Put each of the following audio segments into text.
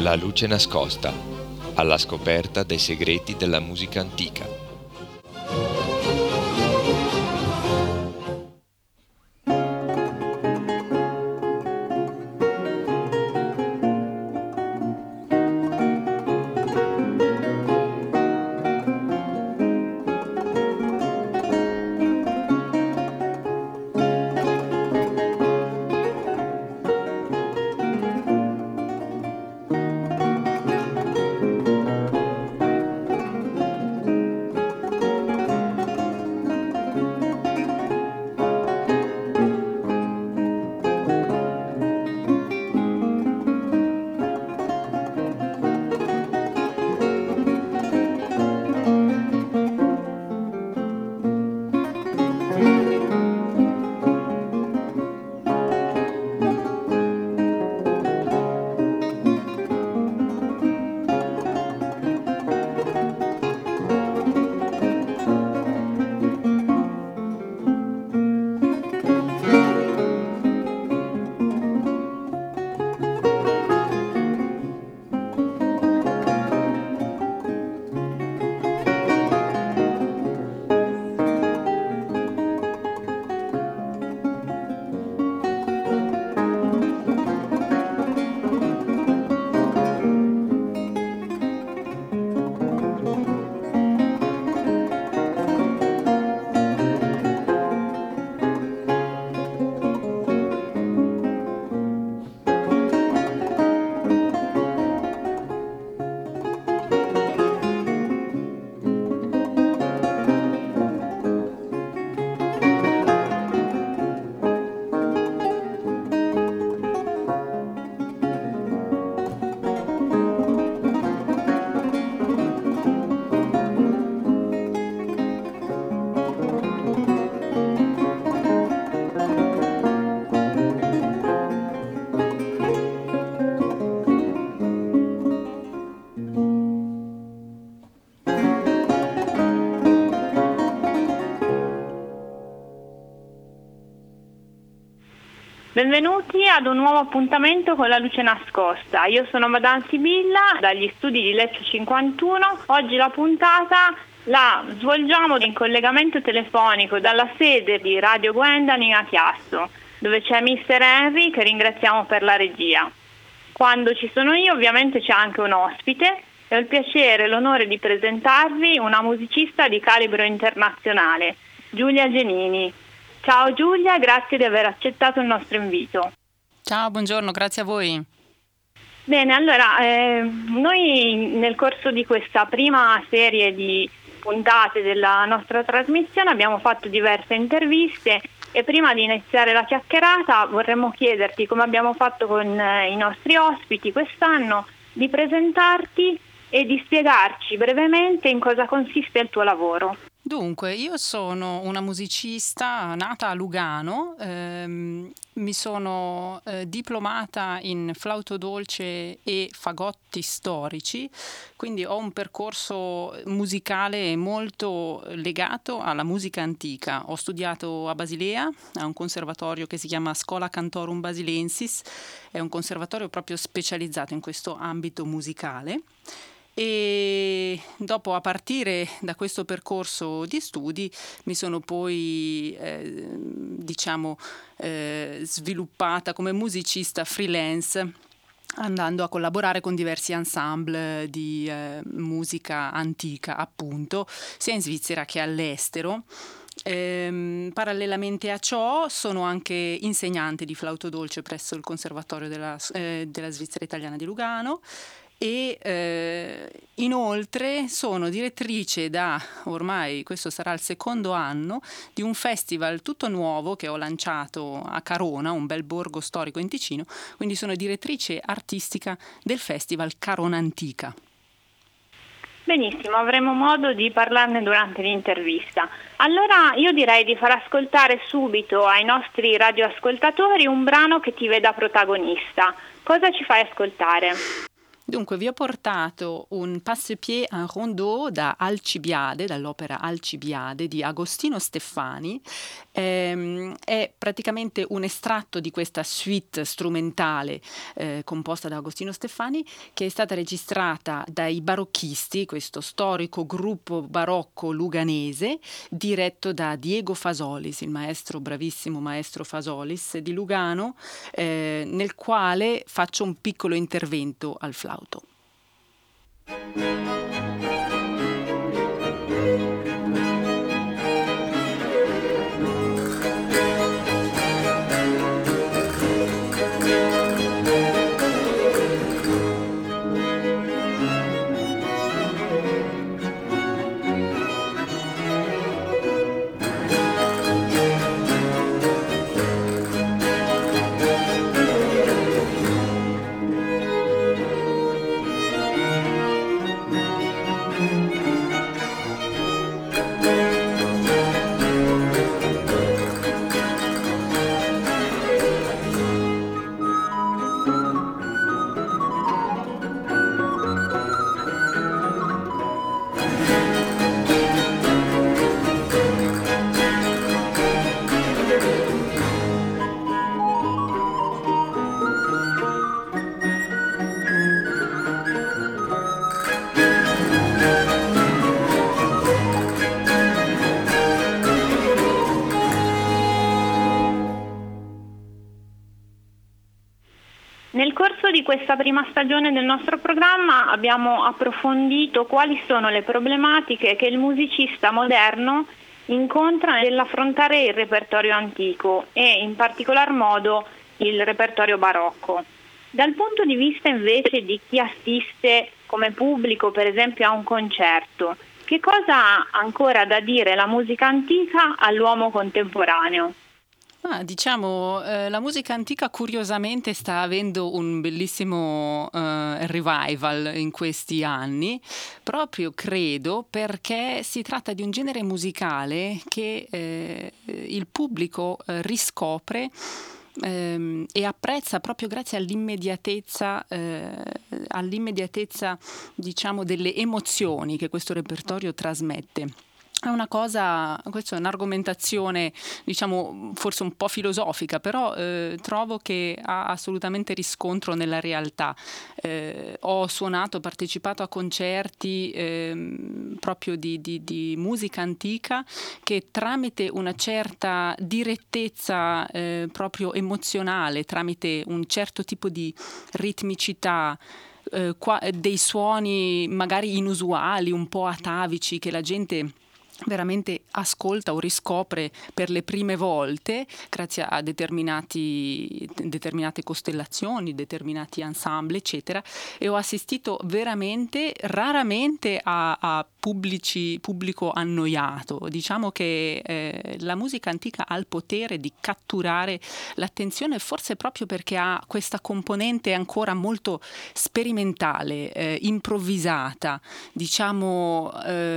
La luce nascosta, alla scoperta dei segreti della musica antica. Benvenuti ad un nuovo appuntamento con La luce nascosta. Io sono Madame Sibilla dagli studi di Lecce 51. Oggi la puntata la svolgiamo in collegamento telefonico dalla sede di Radio Gwendani a Chiasso, dove c'è Mr. Henry, che ringraziamo per la regia. Quando ci sono io, ovviamente c'è anche un ospite e ho il piacere e l'onore di presentarvi una musicista di calibro internazionale, Giulia Genini. Ciao Giulia, grazie di aver accettato il nostro invito. Ciao, buongiorno, grazie a voi. Bene, allora, noi nel corso di questa prima serie di puntate della nostra trasmissione abbiamo fatto diverse interviste e prima di iniziare la chiacchierata vorremmo chiederti, come abbiamo fatto con i nostri ospiti quest'anno, di presentarti e di spiegarci brevemente in cosa consiste il tuo lavoro. Dunque, io sono una musicista nata a Lugano, mi sono diplomata in flauto dolce e fagotti storici, quindi ho un percorso musicale molto legato alla musica antica. Ho studiato a Basilea, a un conservatorio che si chiama Schola Cantorum Basilensis, è un conservatorio proprio specializzato in questo ambito musicale. E dopo, a partire da questo percorso di studi, mi sono poi sviluppata come musicista freelance, andando a collaborare con diversi ensemble di musica antica, appunto, sia in Svizzera che all'estero. Parallelamente a ciò sono anche insegnante di flauto dolce presso il Conservatorio della Svizzera Italiana di Lugano. E inoltre sono direttrice da ormai, questo sarà il secondo anno, di un festival tutto nuovo che ho lanciato a Carona, un bel borgo storico in Ticino, quindi sono direttrice artistica del festival Carona Antica. Benissimo, avremo modo di parlarne durante l'intervista. Allora io direi di far ascoltare subito ai nostri radioascoltatori un brano che ti veda protagonista. Cosa ci fai ascoltare? Dunque, vi ho portato un passepied en rondeau da Alcibiade, dall'opera Alcibiade di Agostino Steffani. È praticamente un estratto di questa suite strumentale composta da Agostino Steffani, che è stata registrata dai barocchisti, questo storico gruppo barocco luganese, diretto da Diego Fasolis, il maestro, bravissimo maestro Fasolis di Lugano, nel quale faccio un piccolo intervento al flauto. Nel corso di questa prima stagione del nostro programma abbiamo approfondito quali sono le problematiche che il musicista moderno incontra nell'affrontare il repertorio antico e in particolar modo il repertorio barocco. Dal punto di vista invece di chi assiste come pubblico, per esempio, a un concerto, che cosa ha ancora da dire la musica antica all'uomo contemporaneo? La musica antica curiosamente sta avendo un bellissimo revival in questi anni, proprio credo perché si tratta di un genere musicale che il pubblico riscopre e apprezza proprio grazie all'immediatezza, diciamo, delle emozioni che questo repertorio trasmette. È una cosa, questa è un'argomentazione, diciamo, forse un po' filosofica, però trovo che ha assolutamente riscontro nella realtà. Ho partecipato a concerti proprio di musica antica che tramite una certa direttezza proprio emozionale, tramite un certo tipo di ritmicità, dei suoni magari inusuali, un po' atavici, che la gente veramente ascolta o riscopre per le prime volte grazie a determinate costellazioni, determinati ensemble, eccetera, e ho assistito veramente raramente a pubblico annoiato. Diciamo che la musica antica ha il potere di catturare l'attenzione, forse proprio perché ha questa componente ancora molto sperimentale, improvvisata, diciamo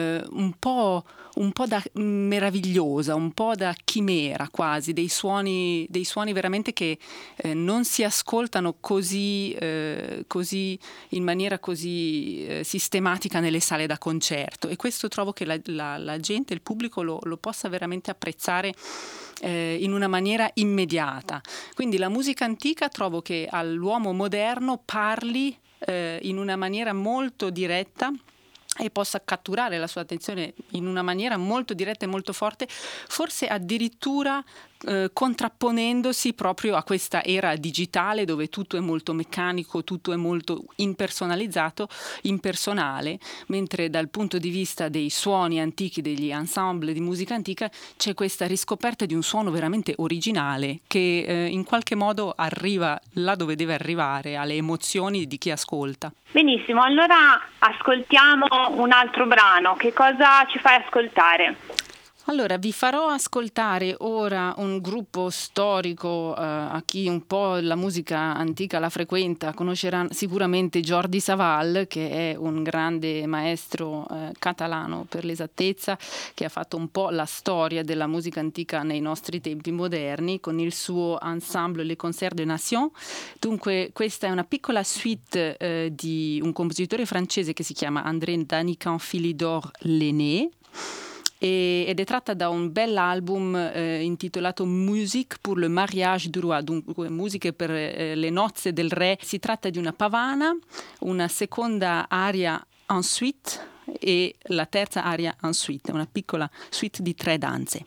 un po' da meravigliosa, un po' da chimera quasi, dei suoni veramente che non si ascoltano così in maniera così sistematica nelle sale da concerto, e questo trovo che la gente, il pubblico lo possa veramente apprezzare in una maniera immediata. Quindi la musica antica trovo che all'uomo moderno parli in una maniera molto diretta e possa catturare la sua attenzione in una maniera molto diretta e molto forte, forse addirittura contrapponendosi proprio a questa era digitale dove tutto è molto meccanico, tutto è molto impersonalizzato, impersonale, mentre dal punto di vista dei suoni antichi, degli ensemble di musica antica, c'è questa riscoperta di un suono veramente originale che in qualche modo arriva là dove deve arrivare, alle emozioni di chi ascolta. Benissimo, allora ascoltiamo un altro brano. Che cosa ci fai ascoltare? Allora, vi farò ascoltare ora un gruppo storico, a chi un po' la musica antica la frequenta conoscerà sicuramente Jordi Savall, che è un grande maestro catalano per l'esattezza, che ha fatto un po' la storia della musica antica nei nostri tempi moderni con il suo ensemble Les Concerts de Nation. Dunque, questa è una piccola suite di un compositore francese che si chiama André Danican Philidor Lenné, ed è tratta da un bell'album intitolato Musique pour le mariage du roi, dunque musiche per le nozze del re. Si tratta di una pavana, una seconda aria en suite e la terza aria en suite, una piccola suite di 3 danze.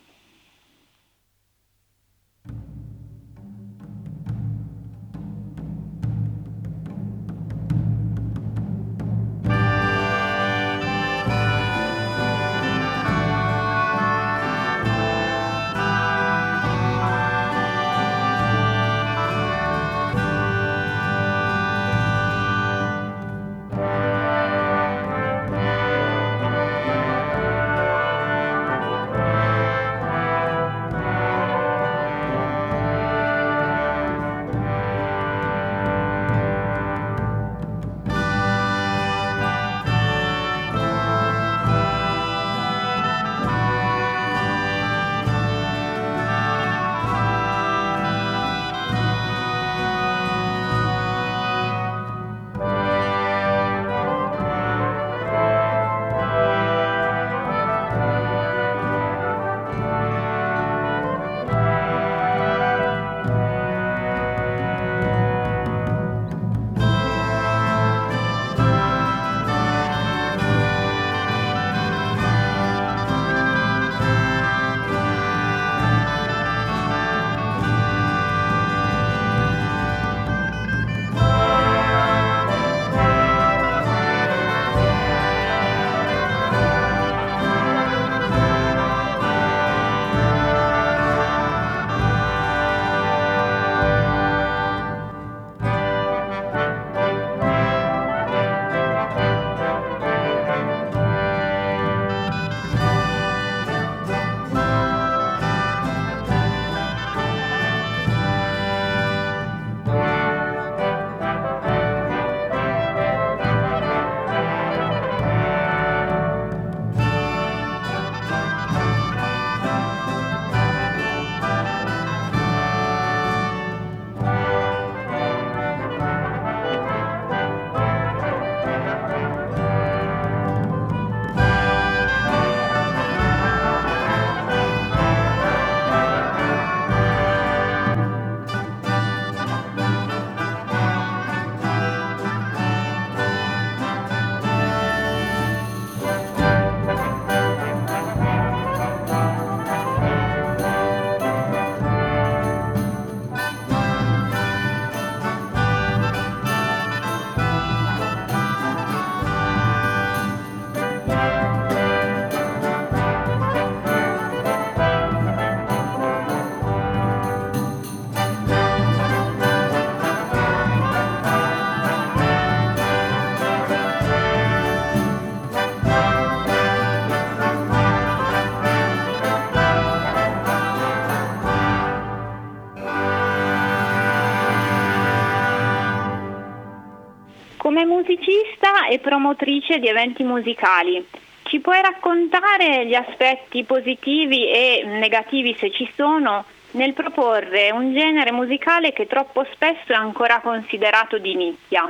Come musicista e promotrice di eventi musicali, ci puoi raccontare gli aspetti positivi e negativi, se ci sono, nel proporre un genere musicale che troppo spesso è ancora considerato di nicchia?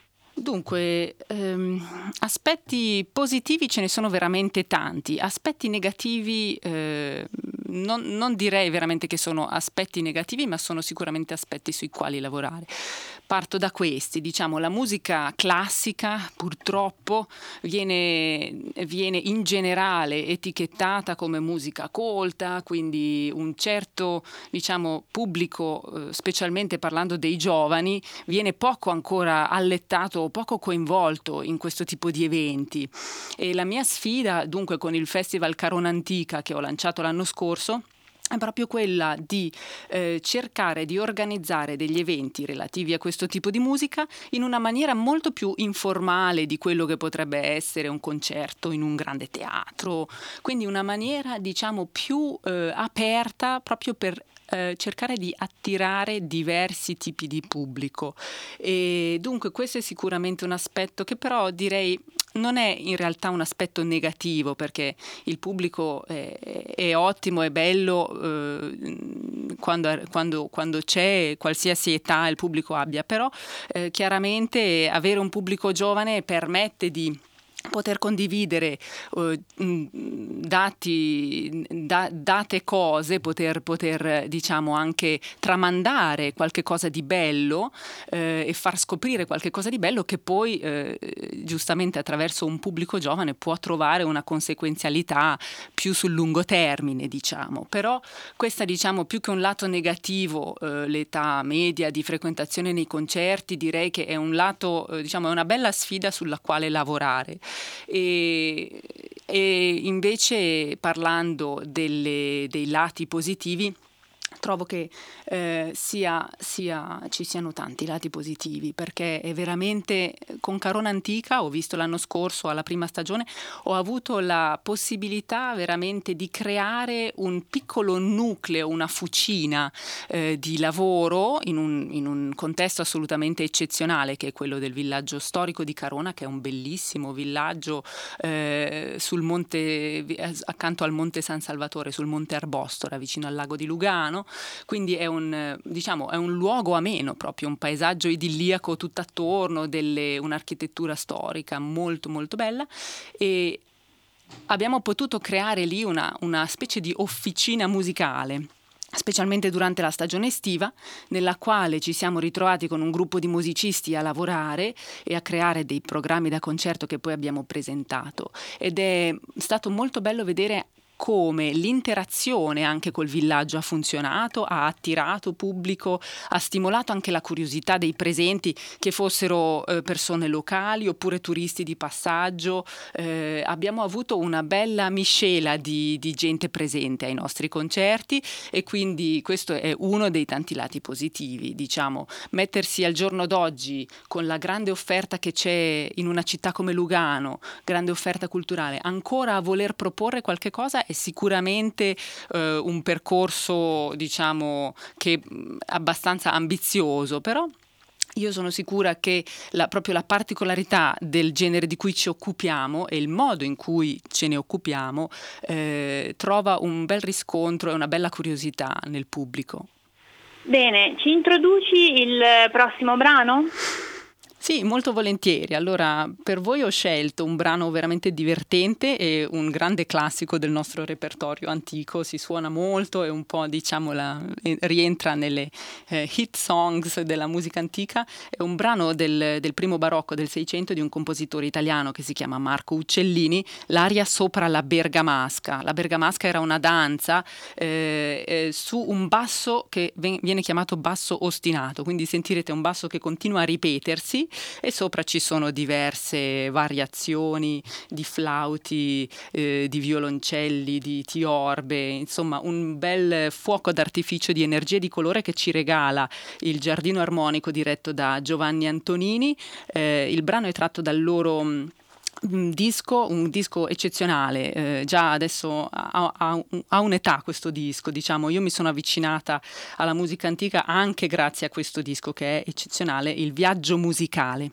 Dunque, aspetti positivi ce ne sono veramente tanti, aspetti negativi non direi veramente che sono aspetti negativi, ma sono sicuramente aspetti sui quali lavorare. Parto da questi, diciamo, la musica classica purtroppo viene in generale etichettata come musica colta, quindi un certo, diciamo, pubblico, specialmente parlando dei giovani, viene poco ancora allettato o poco coinvolto in questo tipo di eventi. E la mia sfida, dunque, con il Festival Carona Antica che ho lanciato l'anno scorso, è proprio quella di cercare di organizzare degli eventi relativi a questo tipo di musica in una maniera molto più informale di quello che potrebbe essere un concerto in un grande teatro, quindi una maniera diciamo più aperta proprio per cercare di attirare diversi tipi di pubblico. E dunque questo è sicuramente un aspetto che però direi non è in realtà un aspetto negativo, perché il pubblico è ottimo, è bello quando c'è qualsiasi età il pubblico abbia, però chiaramente avere un pubblico giovane permette di poter condividere date cose, poter diciamo anche tramandare qualche cosa di bello e far scoprire qualche cosa di bello che poi giustamente attraverso un pubblico giovane può trovare una conseguenzialità più sul lungo termine, diciamo. Però questa diciamo più che un lato negativo, l'età media di frequentazione nei concerti, direi che è un lato diciamo è una bella sfida sulla quale lavorare. E invece parlando dei lati positivi, trovo che ci siano tanti lati positivi, perché è veramente, con Carona Antica, ho visto l'anno scorso alla prima stagione, ho avuto la possibilità veramente di creare un piccolo nucleo, una fucina di lavoro in un contesto assolutamente eccezionale, che è quello del villaggio storico di Carona, che è un bellissimo villaggio sul monte, accanto al Monte San Salvatore, sul Monte Arbostora, vicino al lago di Lugano. Quindi è un luogo ameno, proprio un paesaggio idilliaco tutt'attorno, un'architettura storica molto molto bella, e abbiamo potuto creare lì una specie di officina musicale, specialmente durante la stagione estiva, nella quale ci siamo ritrovati con un gruppo di musicisti a lavorare e a creare dei programmi da concerto che poi abbiamo presentato, ed è stato molto bello vedere come l'interazione anche col villaggio ha funzionato, ha attirato pubblico, ha stimolato anche la curiosità dei presenti, che fossero persone locali oppure turisti di passaggio. Abbiamo avuto una bella miscela di gente presente ai nostri concerti, e quindi questo è uno dei tanti lati positivi, diciamo. Mettersi al giorno d'oggi con la grande offerta che c'è in una città come Lugano, grande offerta culturale, ancora a voler proporre qualche cosa è sicuramente un percorso, diciamo, che è abbastanza ambizioso, però io sono sicura che proprio la particolarità del genere di cui ci occupiamo e il modo in cui ce ne occupiamo trova un bel riscontro e una bella curiosità nel pubblico. Bene, ci introduci il prossimo brano? Sì, molto volentieri. Allora, per voi ho scelto un brano veramente divertente e un grande classico del nostro repertorio antico. Si suona molto e un po', diciamo, rientra nelle hit songs della musica antica. È un brano del primo barocco del Seicento di un compositore italiano che si chiama Marco Uccellini, l'aria Sopra la Bergamasca. La Bergamasca era una danza su un basso che viene chiamato basso ostinato, quindi sentirete un basso che continua a ripetersi, e sopra ci sono diverse variazioni di flauti, di violoncelli, di tiorbe, insomma un bel fuoco d'artificio di energia e di colore che ci regala il Giardino Armonico diretto da Giovanni Antonini. Il brano è tratto dal loro un disco eccezionale, già adesso ha un'età questo disco, diciamo. Io mi sono avvicinata alla musica antica anche grazie a questo disco che è eccezionale, Il Viaggio Musicale.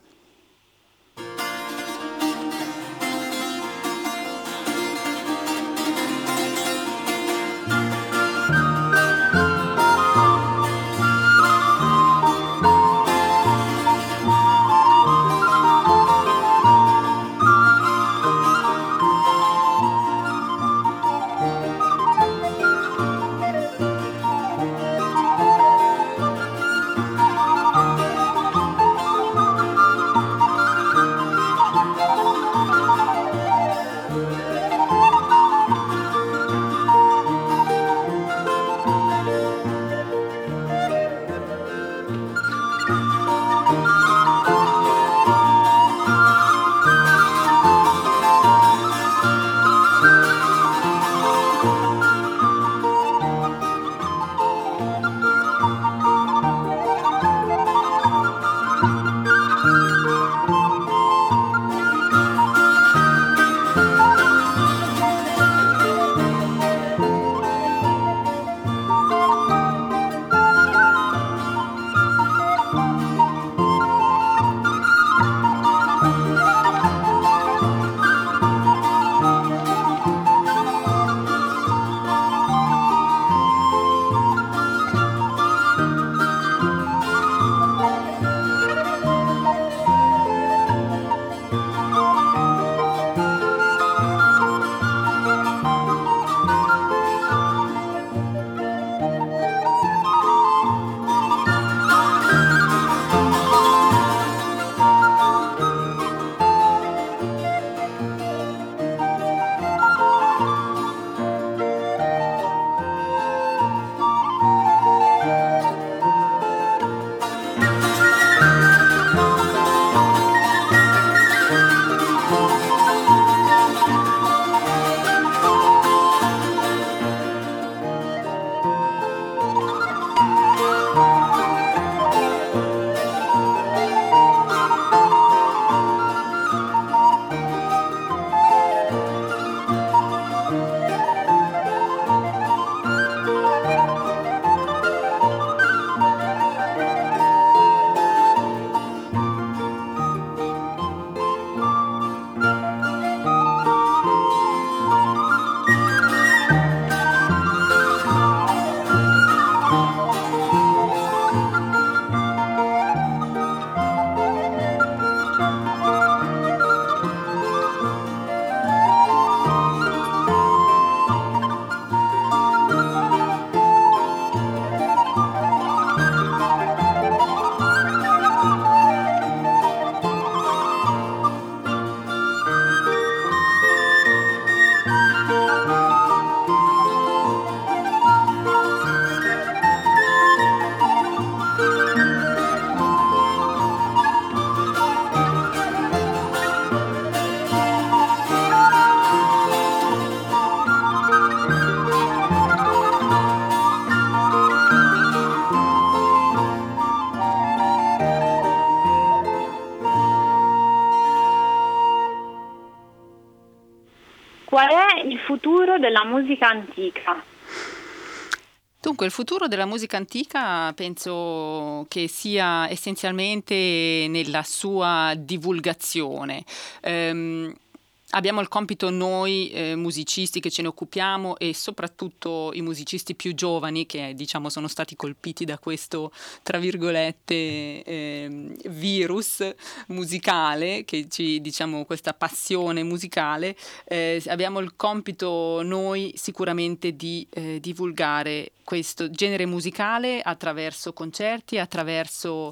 qual è il futuro della musica antica? Dunque, il futuro della musica antica penso che sia essenzialmente nella sua divulgazione. Abbiamo il compito noi musicisti che ce ne occupiamo, e soprattutto i musicisti più giovani che diciamo sono stati colpiti da questo, tra virgolette, virus musicale, che ci, diciamo, questa passione musicale. Abbiamo il compito noi sicuramente di divulgare questo genere musicale attraverso concerti, attraverso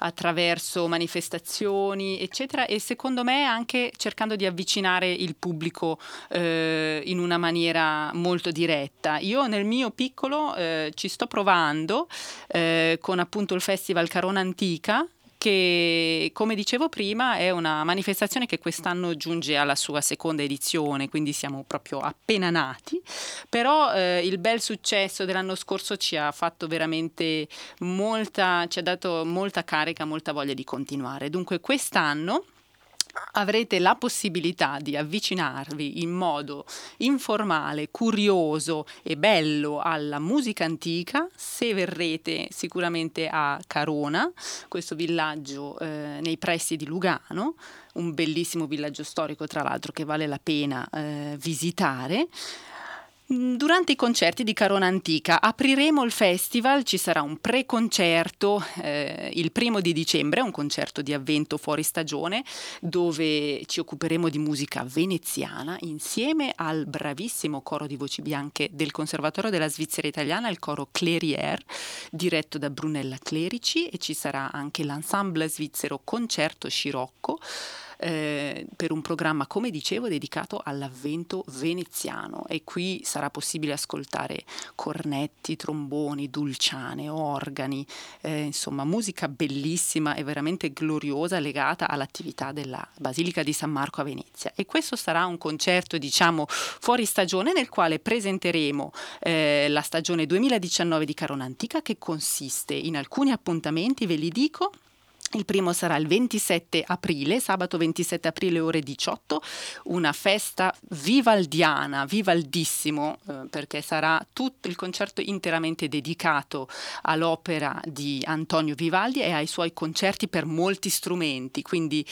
manifestazioni, eccetera, e secondo me anche cercando di avvicinare il pubblico in una maniera molto diretta. Io nel mio piccolo ci sto provando con appunto il Festival Carona Antica, che, come dicevo prima, è una manifestazione che quest'anno giunge alla sua seconda edizione, quindi siamo proprio appena nati, però il bel successo dell'anno scorso ci ha fatto veramente ci ha dato molta carica, molta voglia di continuare. Dunque quest'anno avrete la possibilità di avvicinarvi in modo informale, curioso e bello alla musica antica se verrete sicuramente a Carona, questo villaggio nei pressi di Lugano, un bellissimo villaggio storico tra l'altro che vale la pena visitare. Durante i concerti di Carona Antica apriremo il festival, ci sarà un pre-concerto il 1 dicembre, un concerto di avvento fuori stagione, dove ci occuperemo di musica veneziana insieme al bravissimo coro di voci bianche del Conservatorio della Svizzera Italiana, il coro Clairière, diretto da Brunella Clerici, e ci sarà anche l'ensemble svizzero Concerto Scirocco, per un programma, come dicevo, dedicato all'avvento veneziano, e qui sarà possibile ascoltare cornetti, tromboni, dulciane, organi, insomma musica bellissima e veramente gloriosa legata all'attività della Basilica di San Marco a Venezia. E questo sarà un concerto, diciamo, fuori stagione, nel quale presenteremo la stagione 2019 di Carona Antica, che consiste in alcuni appuntamenti, ve li dico. Il primo sarà il 27 aprile, sabato 27 aprile ore 18, una festa vivaldiana, vivaldissimo, perché sarà tutto il concerto interamente dedicato all'opera di Antonio Vivaldi e ai suoi concerti per molti strumenti, quindi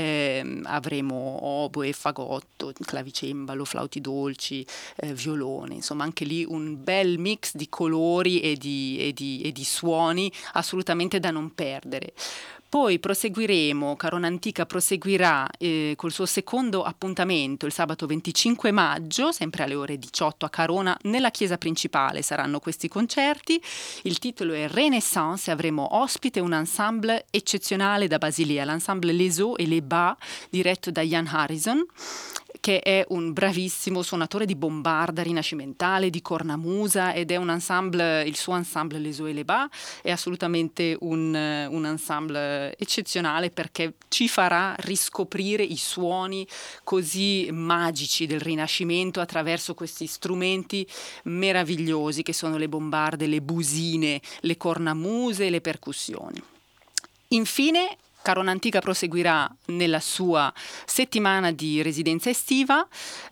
avremo oboe, fagotto, clavicembalo, flauti dolci, violone, insomma anche lì un bel mix di colori e di suoni assolutamente da non perdere. Poi Carona Antica proseguirà col suo secondo appuntamento il sabato 25 maggio, sempre alle ore 18 a Carona, nella chiesa principale saranno questi concerti. Il titolo è Renaissance e avremo ospite un ensemble eccezionale da Basilea, l'ensemble Les Eaux et les Bas, diretto da Jan Harrison, che è un bravissimo suonatore di bombarda rinascimentale, di cornamusa, ed è un ensemble, il suo ensemble Les Eaux et les Bas è assolutamente un ensemble eccezionale, perché ci farà riscoprire i suoni così magici del Rinascimento attraverso questi strumenti meravigliosi che sono le bombarde, le busine, le cornamuse e le percussioni. Infine Carona Antica proseguirà nella sua settimana di residenza estiva,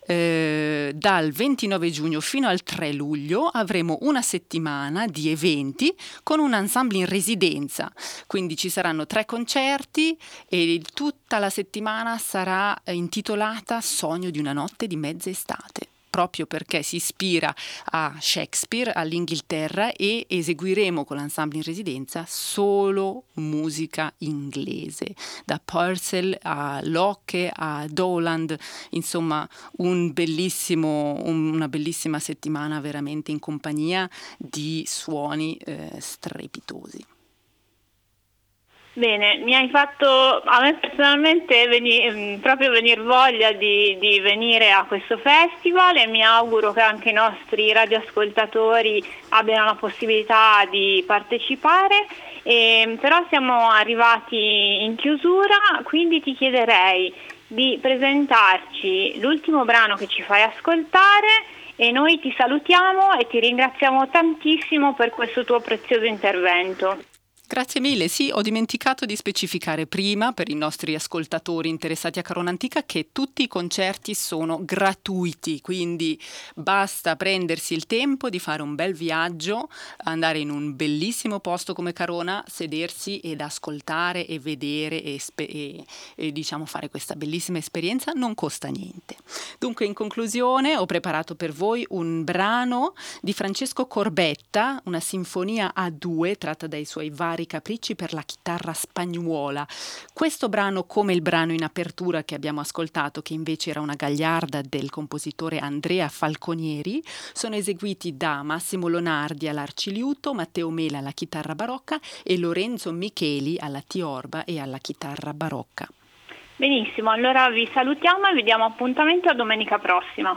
dal 29 giugno fino al 3 luglio avremo una settimana di eventi con un ensemble in residenza, quindi ci saranno 3 concerti e tutta la settimana sarà intitolata Sogno di una notte di mezza estate, proprio perché si ispira a Shakespeare, all'Inghilterra, e eseguiremo con l'ensemble in residenza solo musica inglese, da Purcell a Locke a Dowland, insomma una bellissima settimana veramente in compagnia di suoni strepitosi. Bene, mi hai fatto a me personalmente proprio venire voglia di venire a questo festival, e mi auguro che anche i nostri radioascoltatori abbiano la possibilità di partecipare. Però siamo arrivati in chiusura, quindi ti chiederei di presentarci l'ultimo brano che ci fai ascoltare, e noi ti salutiamo e ti ringraziamo tantissimo per questo tuo prezioso intervento. Grazie mille. Sì, ho dimenticato di specificare prima per i nostri ascoltatori interessati a Carona Antica che tutti i concerti sono gratuiti, quindi basta prendersi il tempo di fare un bel viaggio, andare in un bellissimo posto come Carona, sedersi ed ascoltare e vedere e diciamo fare questa bellissima esperienza. Non costa niente. Dunque, in conclusione, ho preparato per voi un brano di Francesco Corbetta, una sinfonia a due tratta dai suoi vari capricci per la chitarra spagnuola. Questo brano, come il brano in apertura che abbiamo ascoltato, che invece era una gagliarda del compositore Andrea Falconieri, sono eseguiti da Massimo Lonardi all'arciliuto, Matteo Mela alla chitarra barocca e Lorenzo Micheli alla tiorba e alla chitarra barocca. Benissimo, allora vi salutiamo e vi diamo appuntamento a domenica prossima.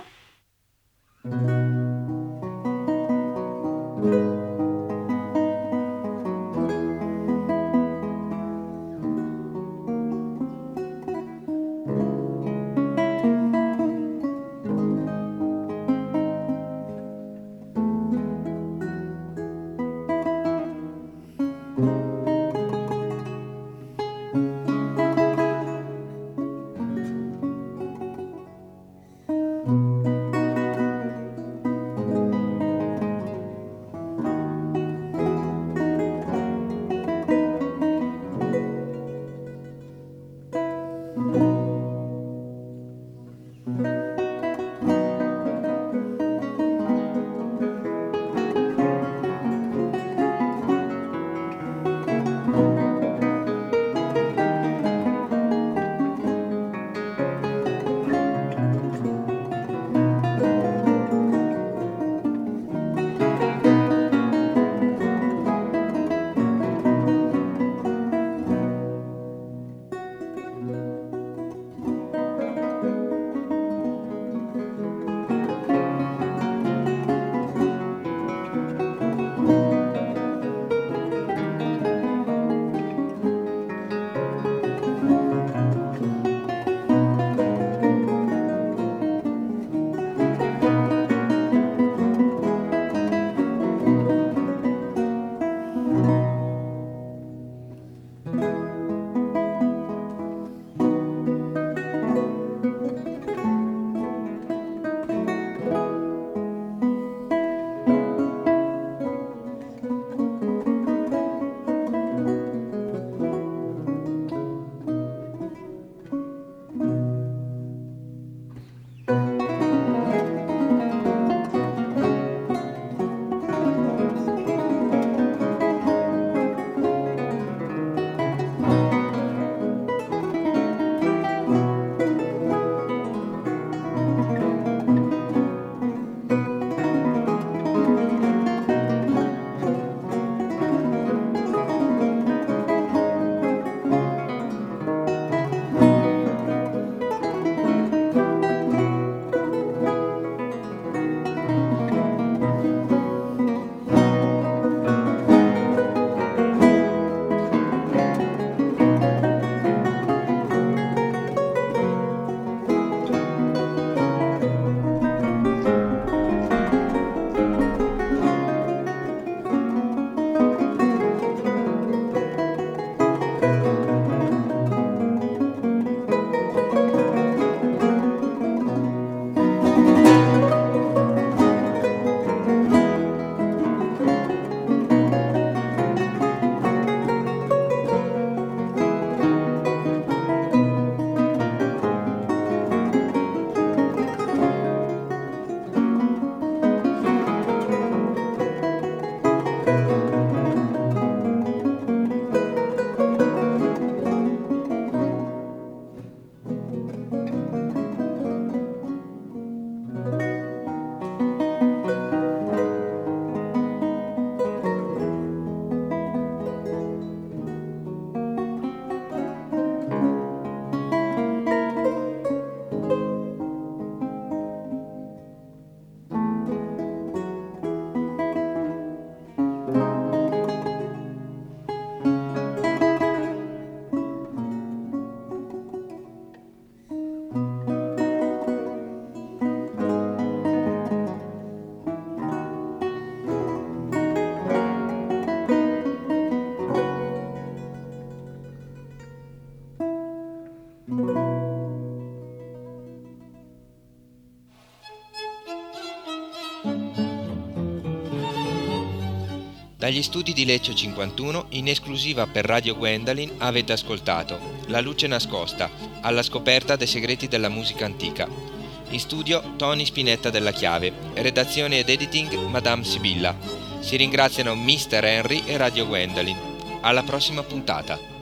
Dagli studi di Lecce 51, in esclusiva per Radio Gwendalin, avete ascoltato La luce nascosta, alla scoperta dei segreti della musica antica. In studio Tony Spinetta della Chiave, redazione ed editing Madame Sibilla. Si ringraziano Mr. Henry e Radio Gwendalin. Alla prossima puntata.